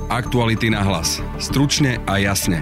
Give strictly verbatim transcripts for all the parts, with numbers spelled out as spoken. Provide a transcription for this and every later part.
Aktuality na hlas. Stručne a jasne.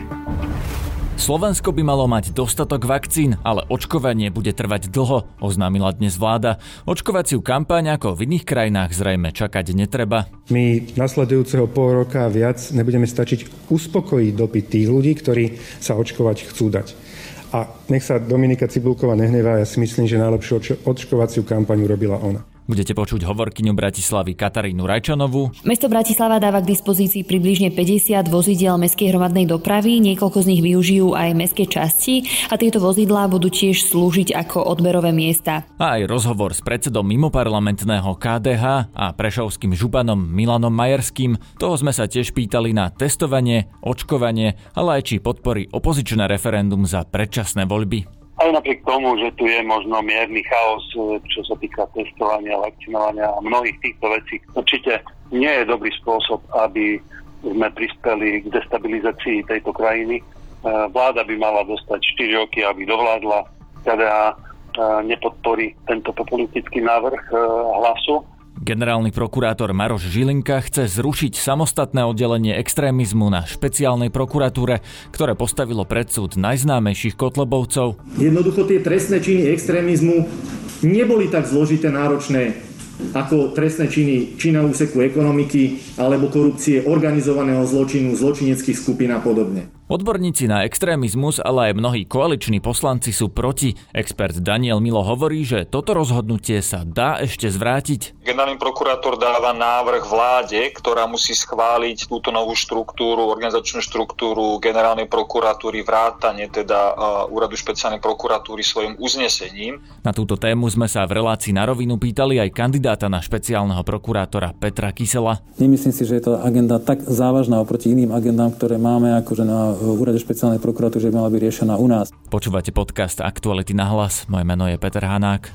Slovensko by malo mať dostatok vakcín, ale očkovanie bude trvať dlho, oznámila dnes vláda. Očkovaciu kampaň ako v iných krajinách zrejme čakať netreba. My nasledujúceho pol roka a viac nebudeme stačiť uspokojiť dopyt tých ľudí, ktorí sa očkovať chcú dať. A nech sa Dominika Cibulková nehnevá, ja si myslím, že najlepšiu očkovaciu kampaň urobila ona. Budete počuť hovorkyňu Bratislavy Katarínu Rajčanovú. Mesto Bratislava dáva k dispozícii približne päťdesiat vozidiel mestskej hromadnej dopravy, niekoľko z nich využijú aj mestské časti a tieto vozidlá budú tiež slúžiť ako odberové miesta. A aj rozhovor s predsedom mimoparlamentného ká dé há a prešovským županom Milanom Majerským. Toho sme sa tiež pýtali na testovanie, očkovanie, ale aj či podporí opozičné referendum za predčasné voľby. Aj napriek tomu, že tu je možno mierny chaos, čo sa týka testovania, vakcinovania a mnohých týchto vecí, určite nie je dobrý spôsob, aby sme prispeli k destabilizácii tejto krajiny. Vláda by mala dostať štyri roky, aby dovládla, ká dé há nepodporí tento populistický návrh Hlasu. Generálny prokurátor Maroš Žilinka chce zrušiť samostatné oddelenie extrémizmu na špeciálnej prokuratúre, ktoré postavilo pred súd najznámejších kotlebovcov. Jednoducho tie trestné činy extrémizmu neboli tak zložité, náročné ako trestné činy či na úseku ekonomiky alebo korupcie, organizovaného zločinu, zločineckých skupín a podobne. Odborníci na extrémizmus, ale aj mnohí koaliční poslanci sú proti. Expert Daniel Milo hovorí, že toto rozhodnutie sa dá ešte zvrátiť. Generálny prokurátor dáva návrh vláde, ktorá musí schváliť túto novú štruktúru, organizačnú štruktúru generálnej prokuratúry, vrátane teda uh, úradu špeciálnej prokuratúry svojim uznesením. Na túto tému sme sa v relácii Na rovinu pýtali aj kandidáta na špeciálneho prokurátora Petra Kysela. Nemyslím si, že je to agenda tak závažná oproti iným agendám, ktoré máme akože na v úrade špeciálnej prokuratúry, že by mala byť riešená u nás. Počúvate podcast Aktuality na hlas. Moje meno je Peter Hanák.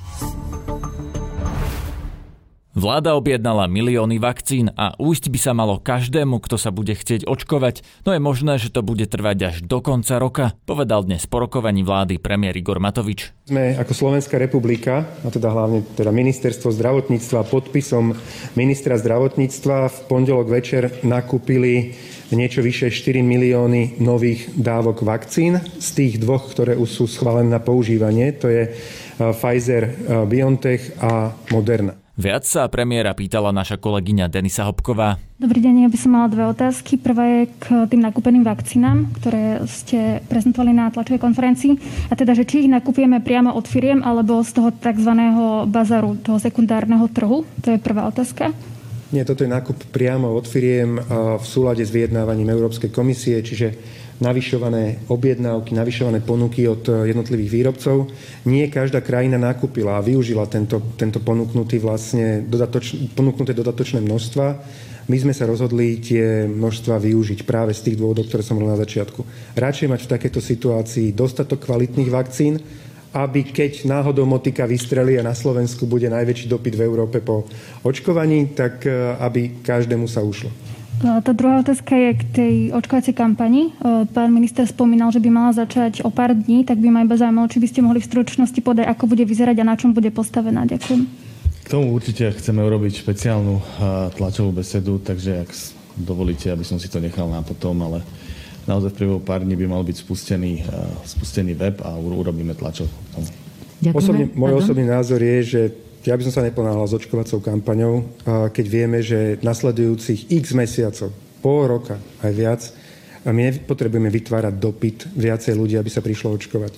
Vláda objednala milióny vakcín a újsť by sa malo každému, kto sa bude chcieť očkovať, no je možné, že to bude trvať až do konca roka, povedal dnes po rokovaní vlády premiér Igor Matovič. Sme ako Slovenská republika, a teda hlavne teda ministerstvo zdravotníctva podpisom ministra zdravotníctva v pondelok večer nakúpili niečo vyše štyri milióny nových dávok vakcín, z tých dvoch, ktoré už sú schválené na používanie, to je Pfizer, BioNTech a Moderna. Viac sa premiéra pýtala naša kolegyňa Denisa Hopková. Dobrý deň, ja by som mala dve otázky. Prvá je k tým nakúpeným vakcínám, ktoré ste prezentovali na tlačovej konferencii. A teda, že či ich nakúpujeme priamo od firiem, alebo z toho tzv. Bazaru, toho sekundárneho trhu. To je prvá otázka. Nie, toto je nákup priamo od firiem v súlade s vyjednávaním Európskej komisie, čiže navyšované objednávky, navyšované ponuky od jednotlivých výrobcov. Nie každá krajina nakúpila a využila tento, tento ponúknutý vlastne dodatoč, ponúknuté dodatočné množstva. My sme sa rozhodli tie množstva využiť práve z tých dôvodov, ktoré som hovoril na začiatku. Radšej mať v takejto situácii dostatok kvalitných vakcín, aby keď náhodou motika vystrelí a na Slovensku bude najväčší dopyt v Európe po očkovaní, tak aby každému sa ušlo. Tá druhá otázka je k tej očkovacej kampani. Pán minister spomínal, že by mala začať o pár dní, tak by ma iba zaujímalo, či by ste mohli v stručnosti povedať, ako bude vyzerať a na čom bude postavená. Ďakujem. K tomu určite chceme urobiť špeciálnu tlačovú besedu, takže ak dovolíte, aby som si to nechal na potom, ale naozaj v priebehu pár dní by mal byť spustený, spustený web a urobíme tlačovku k tomu. Osobne, môj osobný názor je, že ja by som sa neponáhľal s očkovacou kampaňou, keď vieme, že nasledujúcich x mesiacov, pol roka aj viac, my nepotrebujeme vytvárať dopyt viacej ľudí, aby sa prišlo očkovať.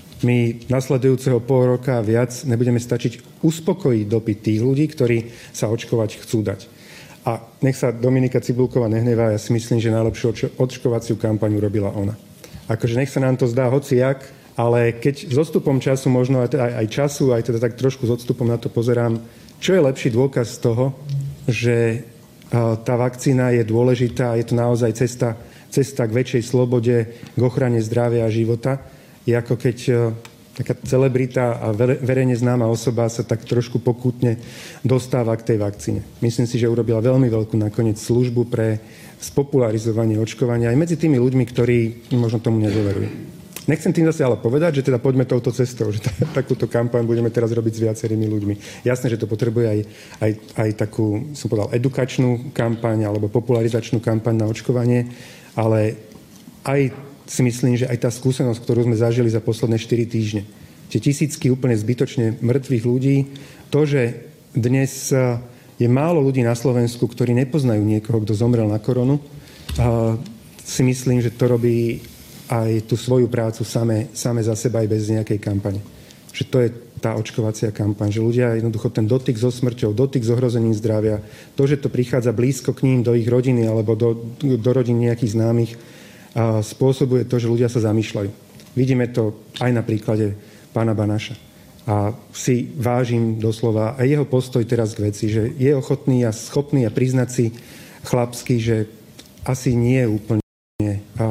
My nasledujúceho pol roka a viac nebudeme stačiť uspokojiť dopyt tých ľudí, ktorí sa očkovať chcú dať. A nech sa Dominika Cibulková nehnevá, ja si myslím, že najlepšiu očkovaciu kampaň urobila ona. Akože nech sa nám to zdá hociak, ale keď s odstupom času, možno aj, aj času, aj teda tak trošku s odstupom na to pozerám, čo je lepší dôkaz toho, že tá vakcína je dôležitá, je to naozaj cesta, cesta k väčšej slobode, k ochrane zdravia a života, je ako keď taká celebrita a verejne známa osoba sa tak trošku pokútne dostáva k tej vakcíne. Myslím si, že urobila veľmi veľkú nakoniec službu pre spopularizovanie očkovania aj medzi tými ľuďmi, ktorí možno tomu nedôverujú. Nechcem tým zase ale povedať, že teda poďme touto cestou, že t- takúto kampaň budeme teraz robiť s viacerými ľuďmi. Jasné, že to potrebuje aj, aj, aj takú, som povedal, edukačnú kampaň alebo popularizačnú kampaň na očkovanie, ale aj si myslím, že aj tá skúsenosť, ktorú sme zažili za posledné štyri týždne, tie tisícky úplne zbytočne mŕtvych ľudí, to, že dnes je málo ľudí na Slovensku, ktorí nepoznajú niekoho, kto zomrel na koronu, a si myslím, že to robí aj tú svoju prácu same, same za seba aj bez nejakej kampane. Že to je tá očkovacia kampaň, že ľudia jednoducho ten dotyk so smrťou, dotyk s ohrozením zdravia, to, že to prichádza blízko k ním do ich rodiny alebo do, do rodín nejakých známych, a spôsobuje to, že ľudia sa zamýšľajú. Vidíme to aj na príklade pána Banaša. A si vážim doslova aj jeho postoj teraz k veci, že je ochotný a schopný a priznať si chlapsky, že asi nie je úplne a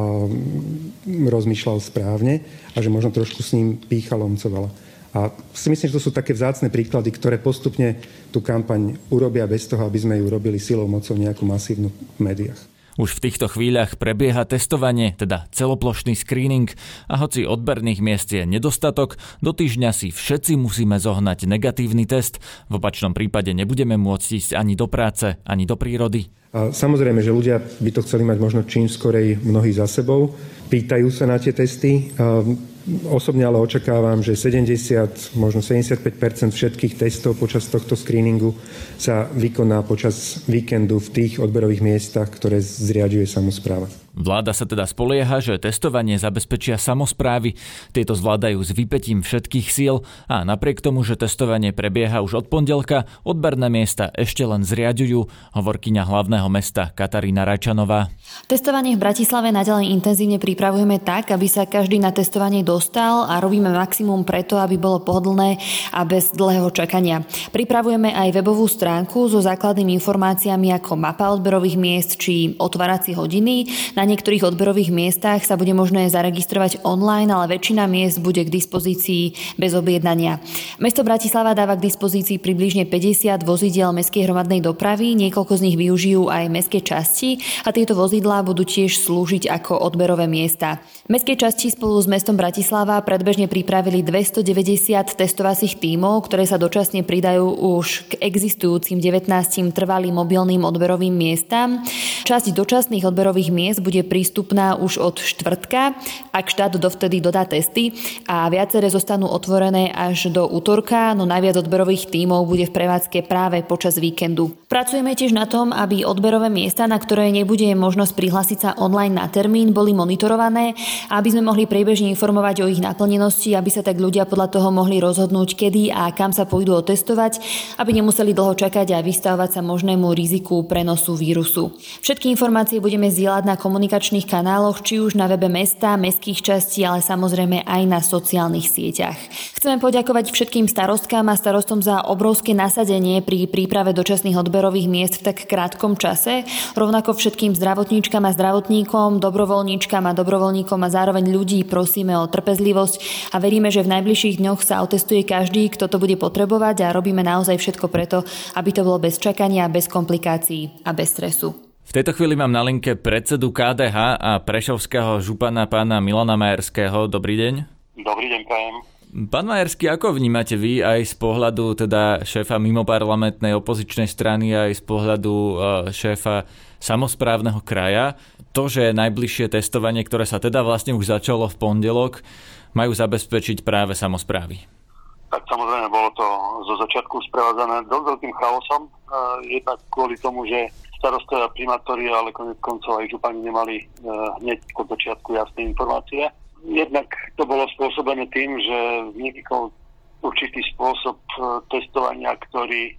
rozmýšľal správne a že možno trošku s ním pýcha lomcovala. A si myslím, že to sú také vzácne príklady, ktoré postupne tú kampaň urobia bez toho, aby sme ju robili silou, mocou nejakú masívnu v médiách. Už v týchto chvíľach prebieha testovanie, teda celoplošný screening, a hoci odberných miest je nedostatok, do týždňa si všetci musíme zohnať negatívny test. V opačnom prípade nebudeme môcť ísť ani do práce, ani do prírody. A samozrejme, že ľudia by to chceli mať možno čím skorej mnohí za sebou. Pýtajú sa na tie testy. A osobne ale očakávam, že sedemdesiat, možno sedemdesiatpäť percent všetkých testov počas tohto screeningu sa vykoná počas víkendu v tých odberových miestach, ktoré zriaďuje samospráva. Vláda sa teda spolieha, že testovanie zabezpečia samosprávy. Tieto zvládajú s vypätím všetkých síl a napriek tomu, že testovanie prebieha už od pondelka, odberné miesta ešte len zriaďujú, hovorkyňa hlavného mesta Katarína Rajčanová. Testovanie v Bratislave naďalej intenzívne pripravujeme tak, aby sa každý na testovanie dostal a robíme maximum preto, aby bolo pohodlné a bez dlhého čakania. Pripravujeme aj webovú stránku so základnými informáciami ako mapa odberových miest či otváracie hodiny. Na niektorých odberových miestach sa bude možné zaregistrovať online, ale väčšina miest bude k dispozícii bez objednania. Mesto Bratislava dáva k dispozícii približne päťdesiat vozidiel mestskej hromadnej dopravy, niekoľko z nich využijú aj mestské časti a tieto vozidlá budú tiež slúžiť ako odberové miesta. Mestské časti spolu s mestom Bratislava predbežne pripravili dvestodeväťdesiat testovacích tímov, ktoré sa dočasne pridajú už k existujúcim devätnástim trvalým mobilným odberovým miestam. Časť dočasných odberových miest bude prístupná už od štvrtka, ak štát dovtedy dodá testy, a viaceré zostanú otvorené až do útorka, no najviac odberových tímov bude v prevádzke práve počas víkendu. Pracujeme tiež na tom, aby odberové miesta, na ktoré nebude možnosť prihlásiť sa online na termín, boli monitorované, aby sme mohli priebežne informovať o ich naplnenosti, aby sa tak ľudia podľa toho mohli rozhodnúť, kedy a kam sa pôjdu otestovať, aby nemuseli dlho čakať a vystavovať sa možnému riziku prenosu vírusu. Všetky informácie budeme zdieľať na komunikačných kanáloch, či už na webe mesta, mestských častí, ale samozrejme aj na sociálnych sieťach. Chceme poďakovať všetkým starostkám a starostom za obrovské nasadenie pri príprave dočasných odberových miest v tak krátkom čase, rovnako všetkým zdravotníčkam a zdravotníkom, dobrovoľníčkam a dobrovoľníkom a zároveň ľudí prosíme o trpezlivosť a veríme, že v najbližších dňoch sa otestuje každý, kto to bude potrebovať, a robíme naozaj všetko preto, aby to bolo bez čakania, bez komplikácií a bez stresu. V tejto chvíli mám na linke predsedu ká dé há a prešovského župana pána Milana Majerského. Dobrý deň. Dobrý deň, prajem. Pán Majerský, ako vnímate vy aj z pohľadu teda šéfa mimoparlamentnej opozičnej strany, aj z pohľadu šéfa samosprávneho kraja, to, že najbližšie testovanie, ktoré sa teda vlastne už začalo v pondelok, majú zabezpečiť práve samosprávy? Tak samozrejme bolo to zo začiatku sprevádzané dosť veľkým chaosom. Jednak kvôli tomu, že starostovia, primátori, ale konec koncov aj župani nemali hneď od začiatku jasné informácie. Jednak to bolo spôsobené tým, že vznikol určitý spôsob testovania, ktorý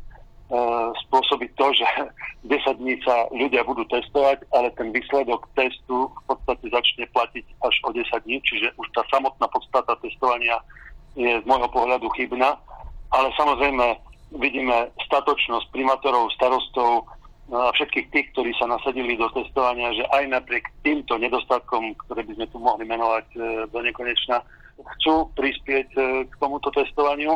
spôsobí to, že desať dní sa ľudia budú testovať, ale ten výsledok testu v podstate začne platiť až o desať dní, čiže už tá samotná podstata testovania je z môjho pohľadu chybná. Ale samozrejme vidíme statočnosť primátorov, starostov a všetkých tých, ktorí sa nasadili do testovania, že aj napriek týmto nedostatkom, ktoré by sme tu mohli menovať do nekonečna, chcú prispieť k tomuto testovaniu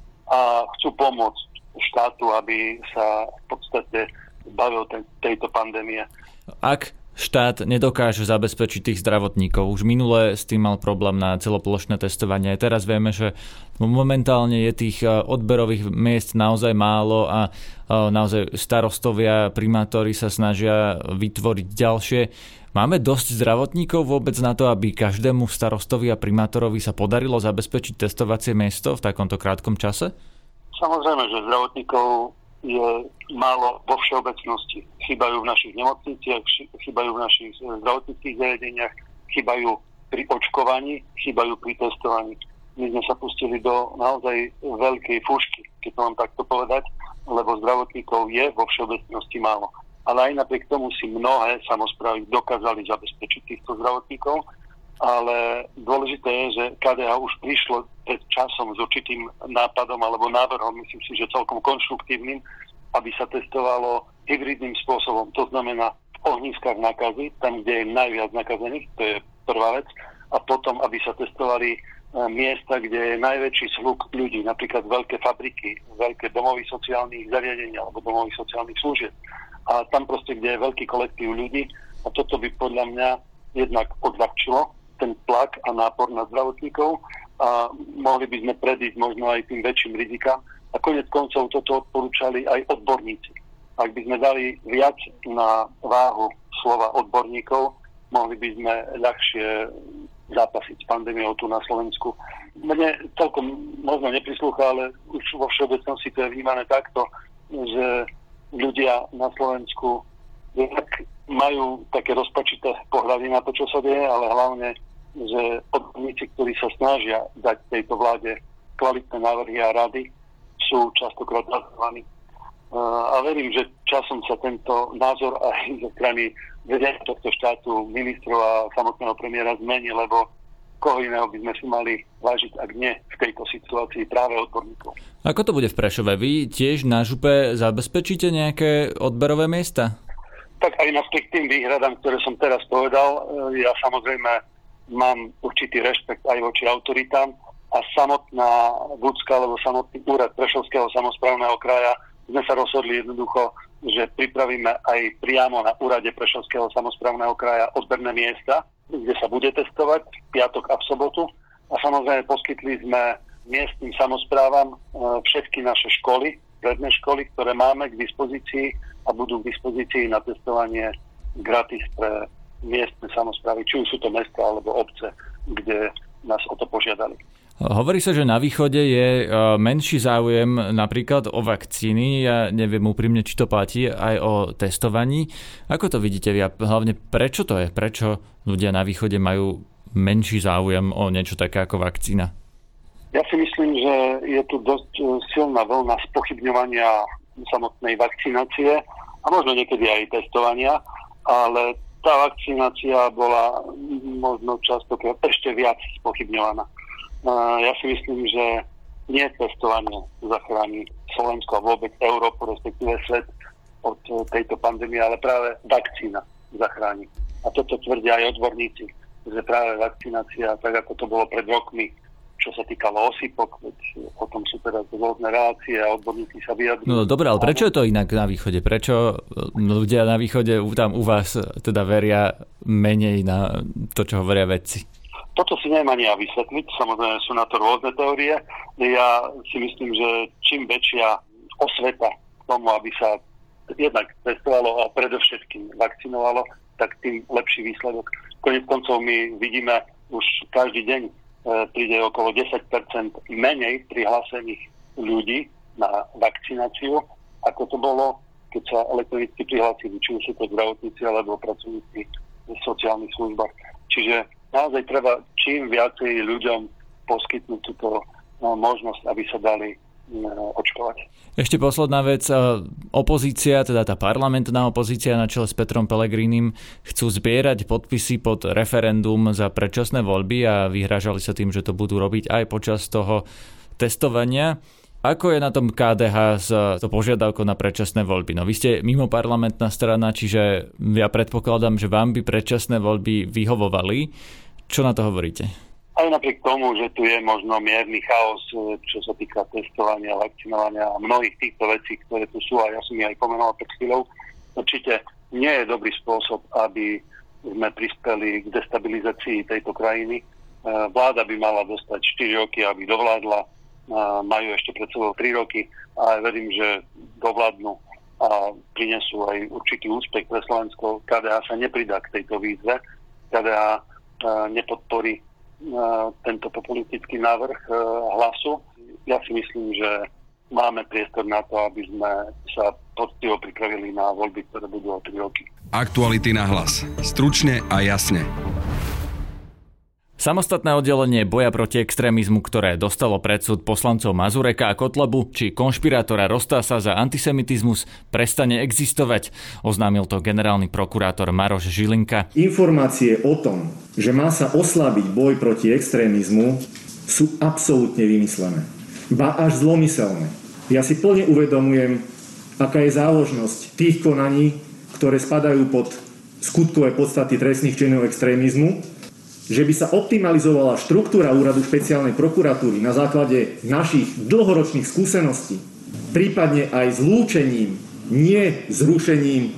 a chcú pomôcť štátu, aby sa v podstate zbavil te- tejto pandémie. Ak štát nedokáže zabezpečiť tých zdravotníkov. Už minule s tým mal problém na celoplošné testovanie. Teraz vieme, že momentálne je tých odberových miest naozaj málo a naozaj starostovia, primátori sa snažia vytvoriť ďalšie. Máme dosť zdravotníkov vôbec na to, aby každému starostovi a primátorovi sa podarilo zabezpečiť testovacie miesto v takomto krátkom čase? Samozrejme, že zdravotníkov je málo vo všeobecnosti. Chýbajú v našich nemocniciach, chýbajú v našich zdravotníckych zariadeniach, chýbajú pri očkovaní, chýbajú pri testovaní. My sme sa pustili do naozaj veľkej fúšky, keď to mám takto povedať, lebo zdravotníkov je vo všeobecnosti málo. Ale aj napriek tomu si mnohé samosprávy dokázali zabezpečiť týchto zdravotníkov, ale dôležité je, že ká dé há už prišlo pred časom s určitým nápadom alebo návrhom, myslím si, že celkom konštruktívnym, aby sa testovalo hybridným spôsobom. To znamená v ohniskách nákazy, tam, kde je najviac nakazených, to je prvá vec, a potom, aby sa testovali miesta, kde je najväčší zhluk ľudí, napríklad veľké fabriky, veľké domovy sociálnych zariadení alebo domovy sociálnych služieb. A tam proste, kde je veľký kolektív ľudí, a toto by podľa mňa jednak odľahčilo ten tlak a nápor na zdravotníkov a mohli by sme predísť možno aj tým väčším rizikám. A konec koncov toto odporúčali aj odborníci. Ak by sme dali viac na váhu slova odborníkov, mohli by sme ľahšie zápasiť s pandémiou tu na Slovensku. Mne celkom možno neprislúcha, ale už vo všeobecnosti to je vnímané takto, že ľudia na Slovensku majú také rozpačité pohľady na to, čo sa deje, ale hlavne, že odborníci, ktorí sa snažia dať tejto vláde kvalitné návrhy a rady, sú častokrát nazvaní. A verím, že časom sa tento názor aj zo strany vedenia tohto štátu, ministrov a samotného premiéra zmení, lebo koho iného by sme si mali vážiť, ak nie v tejto situácii práve odborníkov. Ako to bude v Prešove? Vy tiež na župe zabezpečíte nejaké odberové miesta? Tak aj napriek tým výhradám, ktoré som teraz povedal, ja samozrejme mám určitý rešpekt aj voči autoritám a samotná Budská alebo samotný úrad Prešovského samosprávneho kraja sme sa rozhodli jednoducho, že pripravíme aj priamo na úrade Prešovského samosprávneho kraja odberné miesta, kde sa bude testovať v piatok a v sobotu. A samozrejme poskytli sme miestnym samosprávam všetky naše školy, stredné školy, ktoré máme k dispozícii a budú k dispozícii na testovanie gratis pre miestne samosprávy, či už sú to mesta alebo obce, kde nás o to požiadali. Hovorí sa, že na východe je menší záujem napríklad o vakcíny. Ja neviem úprimne, či to platí aj o testovaní. Ako to vidíte vy? Hlavne prečo to je? Prečo ľudia na východe majú menší záujem o niečo také ako vakcína? Ja si myslím, že je tu dosť silná vlna spochybňovania samotnej vakcinácie a možno niekedy aj testovania, ale tá vakcinácia bola možno častokrát ešte viac spochybňovaná. Ja si myslím, že nie testovanie zachráni Slovensko a vôbec Európu, respektíve svet od tejto pandémie, ale práve vakcína zachráni. A toto tvrdia aj odborníci, že práve vakcinácia, tak ako to bolo pred rokmi, čo sa týkalo osýpok, o tom sú teraz rôzne relácie a odborníci sa vyjadrujú. No dobre, ale prečo je to inak na východe? Prečo ľudia na východe tam u vás teda veria menej na to, čo hovoria vedci? Toto si neviem ani ja vysvetliť, samozrejme sú na to rôzne teórie. Ja si myslím, že čím väčšia osveta k tomu, aby sa jednak testovalo a predovšetkým vakcinovalo, tak tým lepší výsledok. Koniec koncov my vidíme už každý deň e, príde okolo desať percent menej prihlásených ľudí na vakcináciu, ako to bolo, keď sa elektronicky prihlásili, či už sú to zdravotníci alebo pracovníci v sociálnych službách. Čiže naozaj treba čím viacej ľuďom poskytnúť túto no, možnosť, aby sa dali no, očkovať. Ešte posledná vec. Opozícia, teda tá parlamentná opozícia na čele s Petrom Pellegrinim chcú zbierať podpisy pod referendum za predčasné voľby a vyhrážali sa tým, že to budú robiť aj počas toho testovania. Ako je na tom ká dé há s to požiadavkou na predčasné voľby? No vy ste mimo parlamentná strana, čiže ja predpokladám, že vám by predčasné voľby vyhovovali. Čo na to hovoríte? Aj napriek tomu, že tu je možno mierny chaos, čo sa týka testovania, vakcinovania a mnohých týchto vecí, ktoré tu sú, a ja som ich aj pomenoval pred chvíľou, určite nie je dobrý spôsob, aby sme prispeli k destabilizácii tejto krajiny. Vláda by mala dostať štyri roky, aby dovládla. Majú ešte pred sebou tri roky a verím, že dovládnu a prinesú aj určitý úspech pre Slovensko. ká dé á sa nepridá k tejto výzve. ká dé á nepodporí tento populistický návrh Hlasu. Ja si myslím, že máme priestor na to, aby sme sa poctivo pripravili na voľby, ktoré budú o tri roky. Aktuality na hlas. Stručne a jasne. Samostatné oddelenie boja proti extrémizmu, ktoré dostalo pred súd poslancov Mazureka a Kotlebu, či konšpirátora Roztása za antisemitizmus, prestane existovať, oznámil to generálny prokurátor Maroš Žilinka. Informácie o tom, že má sa oslabiť boj proti extrémizmu, sú absolútne vymyslené. Ba až zlomyselné. Ja si plne uvedomujem, aká je záložnosť tých konaní, ktoré spadajú pod skutkové podstaty trestných činov extrémizmu, že by sa optimalizovala štruktúra úradu špeciálnej prokuratúry na základe našich dlhoročných skúseností, prípadne aj zlúčením, nie zrušením,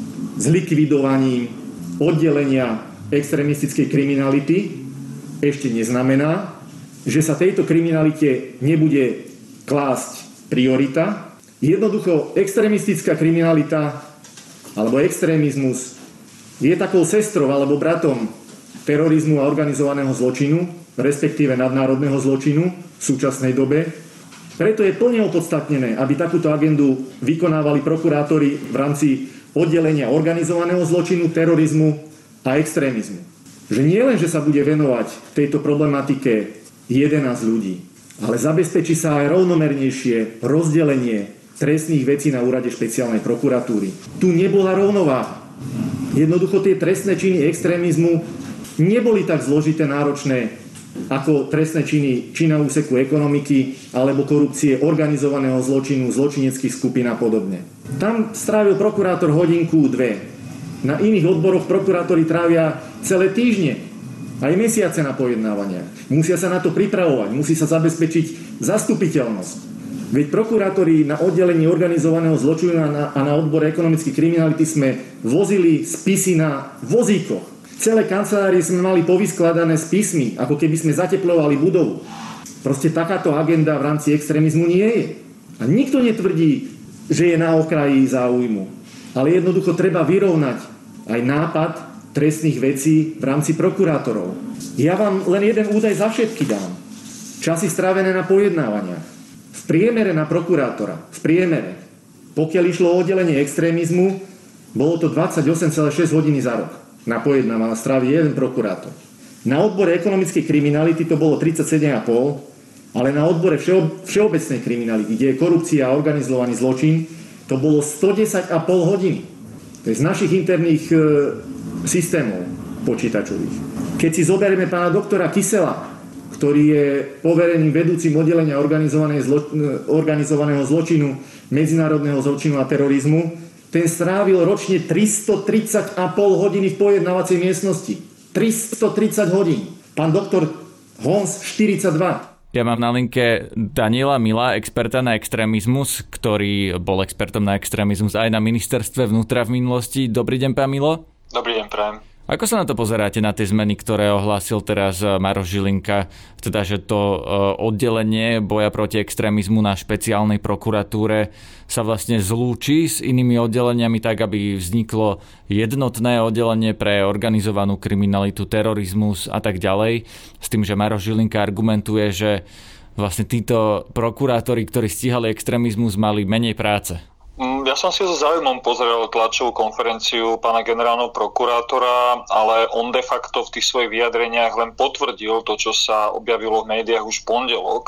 zlikvidovaním oddelenia extrémistickej kriminality, ešte neznamená, že sa tejto kriminalite nebude klásť priorita. Jednoducho extrémistická kriminalita alebo extrémizmus je takou sestrou alebo bratom terorizmu a organizovaného zločinu, respektíve nadnárodného zločinu v súčasnej dobe. Preto je plne opodstatnené, aby takúto agendu vykonávali prokurátori v rámci oddelenia organizovaného zločinu, terorizmu a extrémizmu. Že nie len, že sa bude venovať tejto problematike jedenásť ľudí, ale zabezpečí sa aj rovnomernejšie rozdelenie trestných vecí na úrade špeciálnej prokuratúry. Tu nebola rovnováha. Jednoducho tie trestné činy extrémizmu neboli tak zložité, náročné ako trestné činy či na úseku ekonomiky alebo korupcie, organizovaného zločinu, zločineckých skupín a podobne. Tam strávil prokurátor hodinku, dve. Na iných odboroch prokurátori trávia celé týždne, aj mesiace na pojednávania. Musia sa na to pripravovať, musí sa zabezpečiť zastupiteľnosť. Veď prokurátori na oddelení organizovaného zločinu a na, a na odbore ekonomickej kriminality sme vozili spisy na vozíkoch. Celé kancelárie sme mali povyskladané spismi, ako keby sme zateplovali budovu. Proste takáto agenda v rámci extrémizmu nie je. A nikto netvrdí, že je na okraji záujmu. Ale jednoducho treba vyrovnať aj nápad trestných vecí v rámci prokurátorov. Ja vám len jeden údaj za všetky dám. Časy strávené na pojednávaniach. V priemere na prokurátora, v priemere, pokiaľ išlo o oddelenie extrémizmu, bolo to dvadsaťosem celé šesť hodiny za rok. Na pojednávanie strávi jeden prokurátor. Na odbore ekonomickej kriminality to bolo tridsaťsedem celá päť, ale na odbore všeob- všeobecnej kriminality, kde je korupcia a organizovaný zločin, to bolo stodesať celá päť hodiny. To je z našich interných e, systémov počítačových. Keď si zoberieme pána doktora Kysela, ktorý je povereným vedúcim oddelenia zlo- organizovaného zločinu, medzinárodného zločinu a terorizmu, ten strávil ročne tristotridsať celá päť hodiny v pojednávacej miestnosti. tristotridsať hodín. Pán doktor Hons štyridsaťdva. Ja mám na linke Daniela Mila, experta na extrémizmus, ktorý bol expertom na extrémizmus aj na ministerstve vnútra v minulosti. Dobrý deň, pán Milo. Dobrý deň, prajem. Ako sa na to pozeráte, na tie zmeny, ktoré ohlásil teraz Maroš Žilinka, teda že to oddelenie boja proti extrémizmu na špeciálnej prokuratúre sa vlastne zlúči s inými oddeleniami tak, aby vzniklo jednotné oddelenie pre organizovanú kriminalitu, terorizmus a tak ďalej, s tým, že Maroš Žilinka argumentuje, že vlastne títo prokurátori, ktorí stíhali extrémizmus, mali menej práce. Ja som si so záujmom pozrel tlačovú konferenciu pána generálneho prokurátora, ale on de facto v tých svojich vyjadreniach len potvrdil to, čo sa objavilo v médiách už v pondelok.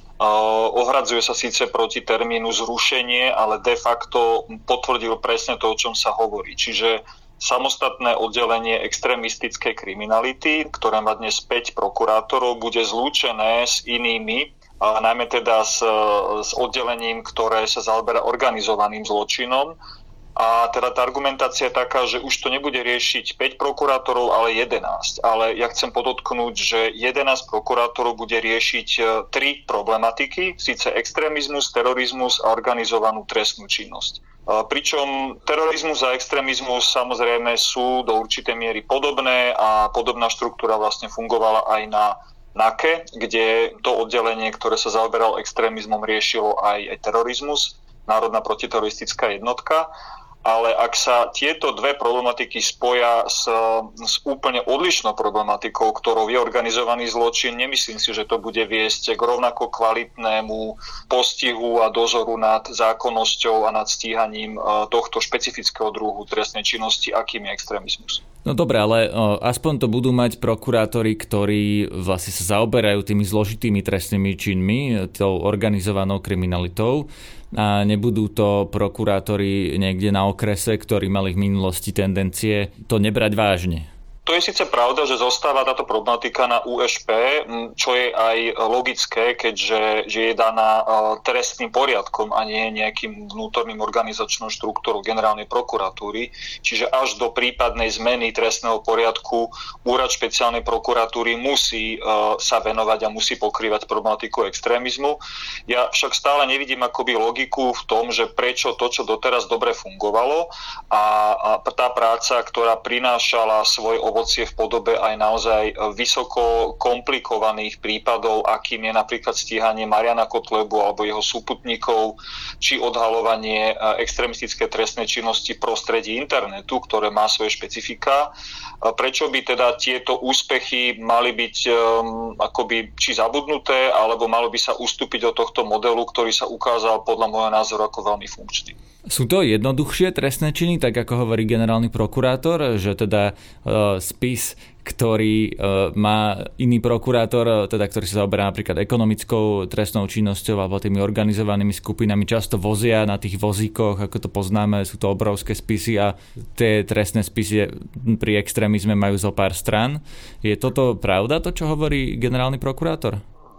Uh, ohradzuje sa síce proti termínu zrušenie, ale de facto potvrdil presne to, o čom sa hovorí. Čiže samostatné oddelenie extrémistickej kriminality, ktoré má dnes päť prokurátorov, bude zlúčené s inými, a najmä teda s, s oddelením, ktoré sa zaoberá organizovaným zločinom, A teda tá argumentácia je taká, že už to nebude riešiť päť prokurátorov, ale jedenásť. Ale ja chcem podotknúť, že jedenásť prokurátorov bude riešiť tri problematiky, síce extrémizmus, terorizmus a organizovanú trestnú činnosť. Pričom terorizmus a extrémizmus samozrejme sú do určitej miery podobné a podobná štruktúra vlastne fungovala aj na NAKE, kde to oddelenie, ktoré sa zaoberalo extrémizmom, riešilo aj, aj terorizmus, Národná protiteroristická jednotka. Ale ak sa tieto dve problematiky spoja s, s úplne odlišnou problematikou, ktorou je organizovaný zločin, nemyslím si, že to bude viesť k rovnako kvalitnému postihu a dozoru nad zákonnosťou a nad stíhaním tohto špecifického druhu trestnej činnosti, akým je extrémizmus. No dobre, ale o, aspoň to budú mať prokurátori, ktorí vlastne sa zaoberajú tými zložitými trestnými činmi, tou organizovanou kriminalitou, a nebudú to prokurátori niekde na okrese, ktorí mali v minulosti tendencie to nebrať vážne. To je síce pravda, že zostáva táto problematika na ú es pé, čo je aj logické, keďže že je daná trestným poriadkom a nie nejakým vnútorným organizačnou štruktúrou generálnej prokuratúry. Čiže až do prípadnej zmeny trestného poriadku úrad špeciálnej prokuratúry musí sa venovať a musí pokrývať problematiku extrémizmu. Ja však stále nevidím akoby logiku v tom, že prečo to, čo doteraz dobre fungovalo a tá práca, ktorá prinášala svoj ovocie v podobe aj naozaj vysoko komplikovaných prípadov, akým je napríklad stíhanie Mariana Kotlebu alebo jeho súputníkov, či odhalovanie extrémistické trestnej činnosti v prostredí internetu, ktoré má svoje špecifika. Prečo by teda tieto úspechy mali byť um, akoby či zabudnuté, alebo malo by sa ustúpiť od tohto modelu, ktorý sa ukázal podľa môjho názoru ako veľmi funkčný? Sú to jednoduchšie trestné činy, tak ako hovorí generálny prokurátor, že teda e, spis, ktorý e, má iný prokurátor, teda ktorý sa zaoberá napríklad ekonomickou trestnou činnosťou alebo tými organizovanými skupinami, často vozia na tých vozíkoch, ako to poznáme, sú to obrovské spisy a tie trestné spisy pri extrémizme majú zo pár strán. Je toto pravda, to čo hovorí generálny prokurátor?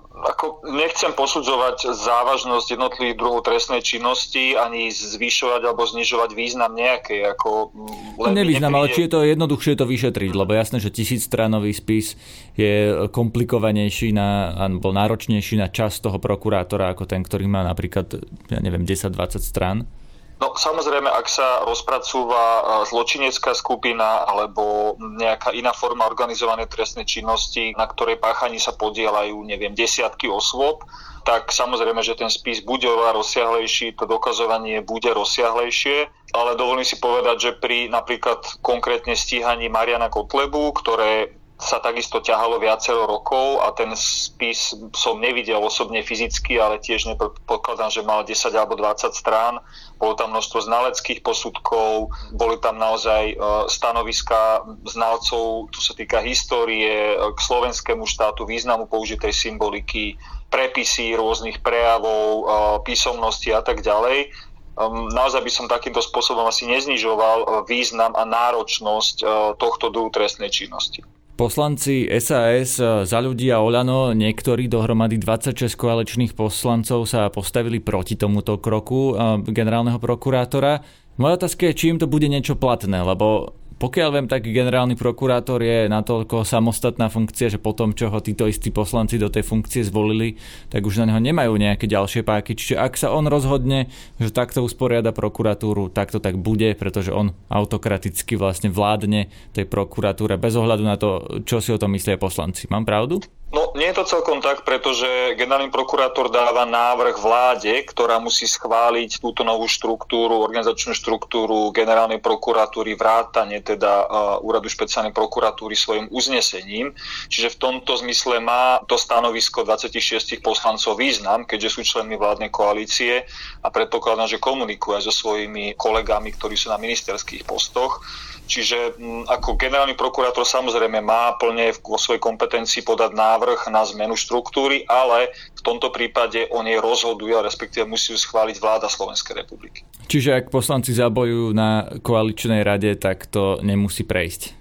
Ako nechcem posudzovať závažnosť jednotlivých druhov trestnej činnosti ani zvyšovať alebo znižovať význam nejakej. Ako len Nevýznam, nepríde... ale či je to jednoduchšie to vyšetriť, lebo jasné, že tisícstranový spis je komplikovanejší na, alebo náročnejší na čas toho prokurátora ako ten, ktorý má napríklad, ja neviem, desať dvadsať strán. No samozrejme, ak sa rozpracúva zločinecká skupina alebo nejaká iná forma organizovanej trestnej činnosti, na ktorej páchaní sa podieľajú, neviem, desiatky osôb, tak samozrejme, že ten spis bude oveľa rozsiahlejší, to dokazovanie bude rozsiahlejšie, ale dovolím si povedať, že pri napríklad konkrétne stíhaní Mariana Kotlebu, ktoré sa takisto ťahalo viacero rokov a ten spis som nevidel osobne fyzicky, ale tiež nepredpokladám, že mal desať alebo dvadsať strán. Bolo tam množstvo znaleckých posudkov, boli tam naozaj stanoviská znalcov, tu sa týka histórie, k slovenskému štátu, významu použitej symboliky, prepisy rôznych prejavov, písomnosti a tak ďalej. Naozaj by som takýmto spôsobom asi neznižoval význam a náročnosť tohto druhu trestnej činnosti. Poslanci es a es, Za ľudí a Oľano, niektorí dohromady dvadsaťšesť koaličných poslancov sa postavili proti tomuto kroku generálneho prokurátora. Moja otázka je, či im to bude niečo platné, lebo pokiaľ viem, tak generálny prokurátor je natoľko samostatná funkcia, že po tom, čo ho títo istí poslanci do tej funkcie zvolili, tak už na neho nemajú nejaké ďalšie páky. Čiže ak sa on rozhodne, že takto usporiada prokuratúru, tak to tak bude, pretože on autokraticky vlastne vládne tej prokuratúre bez ohľadu na to, čo si o tom myslia poslanci. Mám pravdu? No, nie je to celkom tak, pretože generálny prokurátor dáva návrh vláde, ktorá musí schváliť túto novú štruktúru, organizačnú štruktúru generálnej prokuratúry, vrátane teda uh, úradu špeciálnej prokuratúry svojim uznesením. Čiže v tomto zmysle má to stanovisko dvadsaťšesť poslancov význam, keďže sú členmi vládnej koalície a predpokladám, že komunikujú aj so svojimi kolegami, ktorí sú na ministerských postoch. Čiže ako generálny prokurátor samozrejme má plne vo svojej kompetencii podať návrh na zmenu štruktúry, ale v tomto prípade o nej rozhoduje, respektíve musí ju schváliť vláda Slovenskej republiky. Čiže ak poslanci zabojujú na koaličnej rade, tak to nemusí prejsť?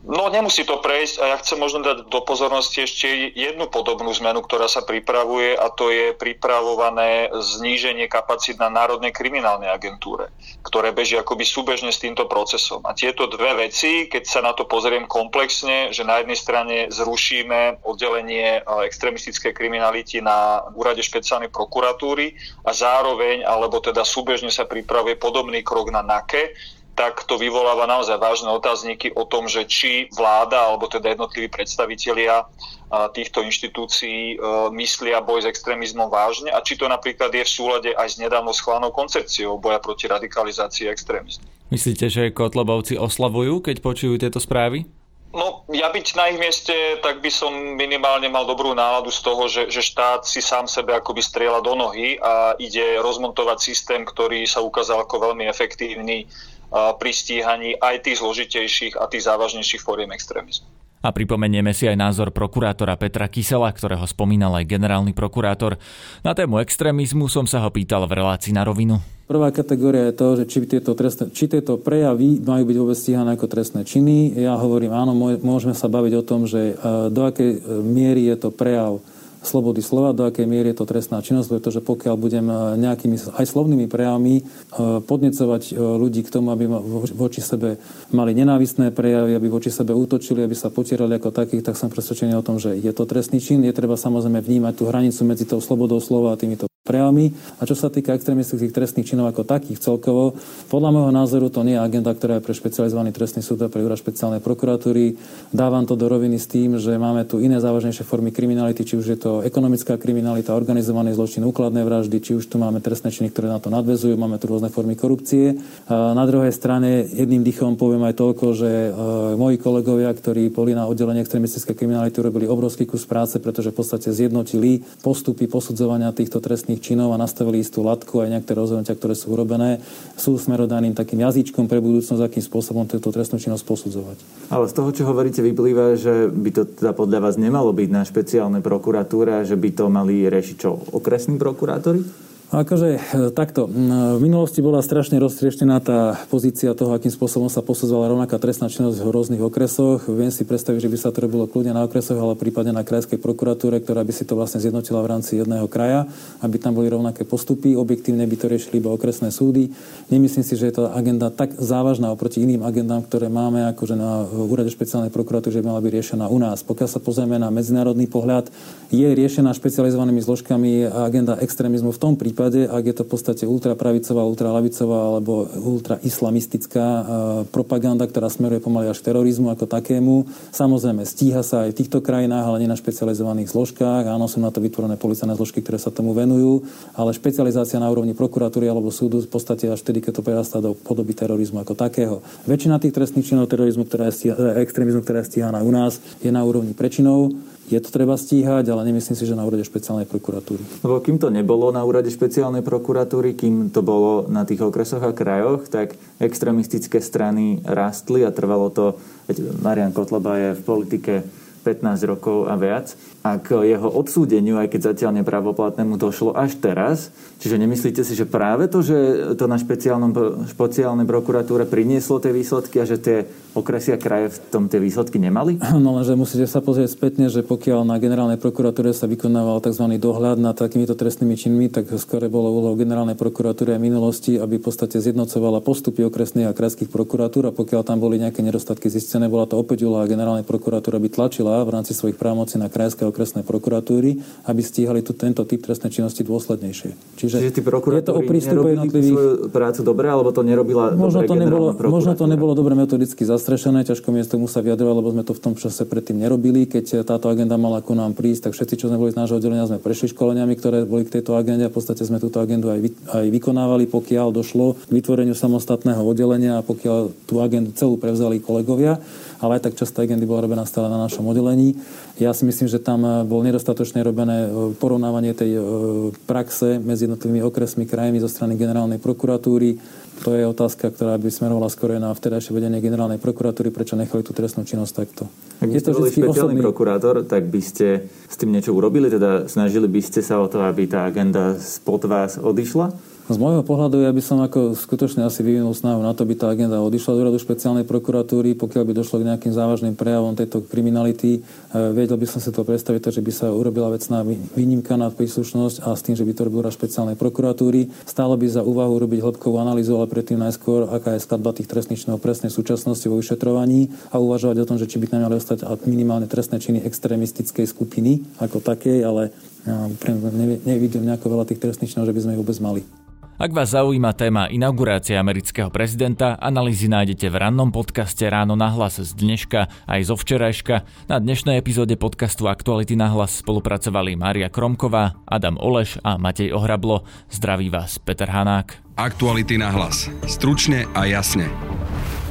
No nemusí to prejsť a ja chcem možno dať do pozornosti ešte jednu podobnú zmenu, ktorá sa pripravuje a to je pripravované zníženie kapacít na Národnej kriminálnej agentúre, ktoré beží akoby súbežne s týmto procesom. A tieto dve veci, keď sa na to pozriem komplexne, že na jednej strane zrušíme oddelenie extrémistickej kriminality na úrade špeciálnej prokuratúry a zároveň, alebo teda súbežne sa pripravuje podobný krok na NAKE, tak to vyvoláva naozaj vážne otázniky o tom, že či vláda alebo teda jednotliví predstavitelia týchto inštitúcií myslia boj s extrémizmom vážne a či to napríklad je v súlade aj s nedávno schválenou koncepciou boja proti radikalizácii a extrémizmu. Myslíte, že Kotlebovci oslavujú, keď počujú tieto správy? No, ja byť na ich mieste, tak by som minimálne mal dobrú náladu z toho, že, že štát si sám sebe akoby strieľa do nohy a ide rozmontovať systém, ktorý sa ukázal ako veľmi efektívny pri stíhaní aj tých zložitejších a tých závažnejších fóriem extrémizmu. A pripomenieme si aj názor prokurátora Petra Kysela, ktorého spomínal aj generálny prokurátor. Na tému extrémizmu som sa ho pýtal v relácii Na rovinu. Prvá kategória je to, že či tieto, trestné, či tieto prejavy majú byť vôbec stíhané ako trestné činy. Ja hovorím, áno, môžeme sa baviť o tom, že do akej miery je to prejav slobody slova, do akej miery je to trestná činnosť, pretože pokiaľ budem nejakými aj slovnými prejavmi podnecovať ľudí k tomu, aby voči sebe mali nenávistné prejavy, aby voči sebe útočili, aby sa potierali ako takých, tak som presvedčený o tom, že je to trestný čin. Je treba samozrejme vnímať tú hranicu medzi tou slobodou slova a týmito prejavmi. A čo sa týka extrémistických trestných činov ako takých celkovo, podľa môjho názoru to nie je agenda, ktorá je pre špecializovaný trestný súd a pre úrad špeciálnej prokuratúry. Dávam to do roviny s tým, že máme tu iné závažnejšie formy kriminality, či už je to ekonomická kriminalita, organizovaný zločin, úkladné vraždy, či už tu máme trestné činy, ktoré na to nadväzujú, máme tu rôzne formy korupcie. A na druhej strane jedným dýchom poviem aj toľko, že moji kolegovia, ktorí boli na oddelení extrémistickej kriminality, robili obrovský kus práce, pretože v podstate zjednotili postupy posudzovania týchto trestných činov a nastavili istú latku aj nejaké rozhodnutia, ktoré sú urobené, sú smerodaným takým jazyčkom pre budúcnosť, akým spôsobom túto trestnú činnosť posudzovať. Ale z toho, čo hovoríte, vyplýva, že by to teda podľa vás nemalo byť na špeciálnej prokuratúre, že by to mali riešiť čo, okresní prokurátori? Akože takto. V minulosti bola strašne roztrieštená tá pozícia toho, akým spôsobom sa posudzovala rovnaká trestná činnosť v rôznych okresoch. Viem si predstaviť, že by sa to robilo kľudne na okresoch, ale prípadne na krajskej prokuratúre, ktorá by si to vlastne zjednotila v rámci jedného kraja, aby tam boli rovnaké postupy. Objektívne by to riešili iba okresné súdy. Nemyslím si, že je to agenda tak závažná oproti iným agendám, ktoré máme akože na úrade špeciálnej prokuratúry, že by mala byť riešená u nás. Pokiaľ sa pozrieme na medzinárodný pohľad, je riešená špecializovanými zložkami agenda extrémizmu v tom prípade, ak je to v podstate ultrapravicová, ultralavicová alebo ultraislamistická propaganda, ktorá smeruje pomaly až k terorizmu ako takému. Samozrejme, stíha sa aj v týchto krajinách, ale nie na špecializovaných zložkách. Áno, sú na to vytvorené policajné zložky, ktoré sa tomu venujú, ale špecializácia na úrovni prokuratúry alebo súdu v podstate až vtedy, keď to prerastá do podoby terorizmu ako takého. Väčšina tých trestných činov terorizmu, ktorá je stíha, extrémizmu, ktorá je stíhaná u nás, je na úrovni prečinov. Je to treba stíhať, ale nemyslím si, že na úrade špeciálnej prokuratúry. Lebo kým to nebolo na úrade špeciálnej prokuratúry, kým to bolo na tých okresoch a krajoch, tak extrémistické strany rástli a trvalo to, veď Marian Kotleba je v politike pätnásť rokov a viac. A k jeho odsúdeniu, aj keď zatiaľ nepravoplatnému, došlo až teraz. Čiže nemyslíte si, že práve to, že to na špeciálnom, špeciálnej prokuratúre prinieslo tie výsledky a že tie okresy a kraje v tom tie výsledky nemali? No lenže musíte sa pozrieť spätne, že pokiaľ na generálnej prokuratúre sa vykonával tzv. Dohľad nad takýmito trestnými činmi, tak skôr bolo úlohou generálnej prokuratúry aj minulosti, aby v podstate zjednocovala postupy okresných a krajských prokuratúr a pokiaľ tam boli nejaké nedostatky zistené, bola to opäť úloha generálnej prokuratúry, aby tlačila v rámci svojich právomocí na krajské a okresné prokuratúry, aby stíhali tu tento typ trestnej činnosti dôslednejšie. Čiže, Čiže tí prokuratúry nerobili jednotlivých... svoju prácu dobre, alebo to nerobila možno dobre to nebolo, generálna prokuratúra? Možno to nebolo dobre metodicky zastrešené, ťažko mi je tomu sa vyjadrovať, lebo sme to v tom čase predtým nerobili. Keď táto agenda mala ku nám prísť, tak všetci, čo sme boli z nášho oddelenia, sme prešli školeniami, ktoré boli k tejto agende a v podstate sme túto agendu aj, vy, aj vykonávali, pokiaľ došlo k vytvoreniu samostatného oddelenia a pokiaľ tú agendu celú prevzali kolegovia, ale aj tak časť agendy bola robená stále na našom oddelení. Ja si myslím, že tam bol nedostatočne robené porovnávanie tej praxe medzi jednotlivými okresmi, krajmi zo strany generálnej prokuratúry. To je otázka, ktorá by smerovala skôr na vtedajšie vedenie generálnej prokuratúry, prečo nechali tú trestnú činnosť takto. Ak by ste boli špeciálny osobný... prokurátor, tak by ste s tým niečo urobili? Teda snažili by ste sa o to, aby tá agenda spod vás odišla? Z môjho pohľadu ja by som ako skutočne asi vyvinul snahu na to, by tá agenda odišla do úradu špeciálnej prokuratúry, pokiaľ by došlo k nejakým závažným prejavom tejto kriminality. Vedel by som si to predstaviť, že by sa urobila vecná výnimka na príslušnosť a s tým, že by to robil úrad špeciálnej prokuratúry. Stálo by za úvahu robiť hĺbkovú analýzu, ale predtým najskôr, aká je skladba tých trestných činov presnej súčasnosti vo vyšetrovaní a uvažovať o tom, že či by tam mali ostať minimálne trestné činy extrémistickej skupiny ako takej, ale ja, nevidím nejako veľa tých trestných činov, že by sme ich vôbec mali. Ak vás zaujíma téma inaugurácie amerického prezidenta, analýzy nájdete v rannom podcaste Ráno na hlas z dneška aj zo včerajška. Na dnešnej epizóde podcastu Aktuality na hlas spolupracovali Mária Kromková, Adam Oleš a Matej Ohrablo. Zdraví vás Peter Hanák. Aktuality na hlas. Stručne a jasne.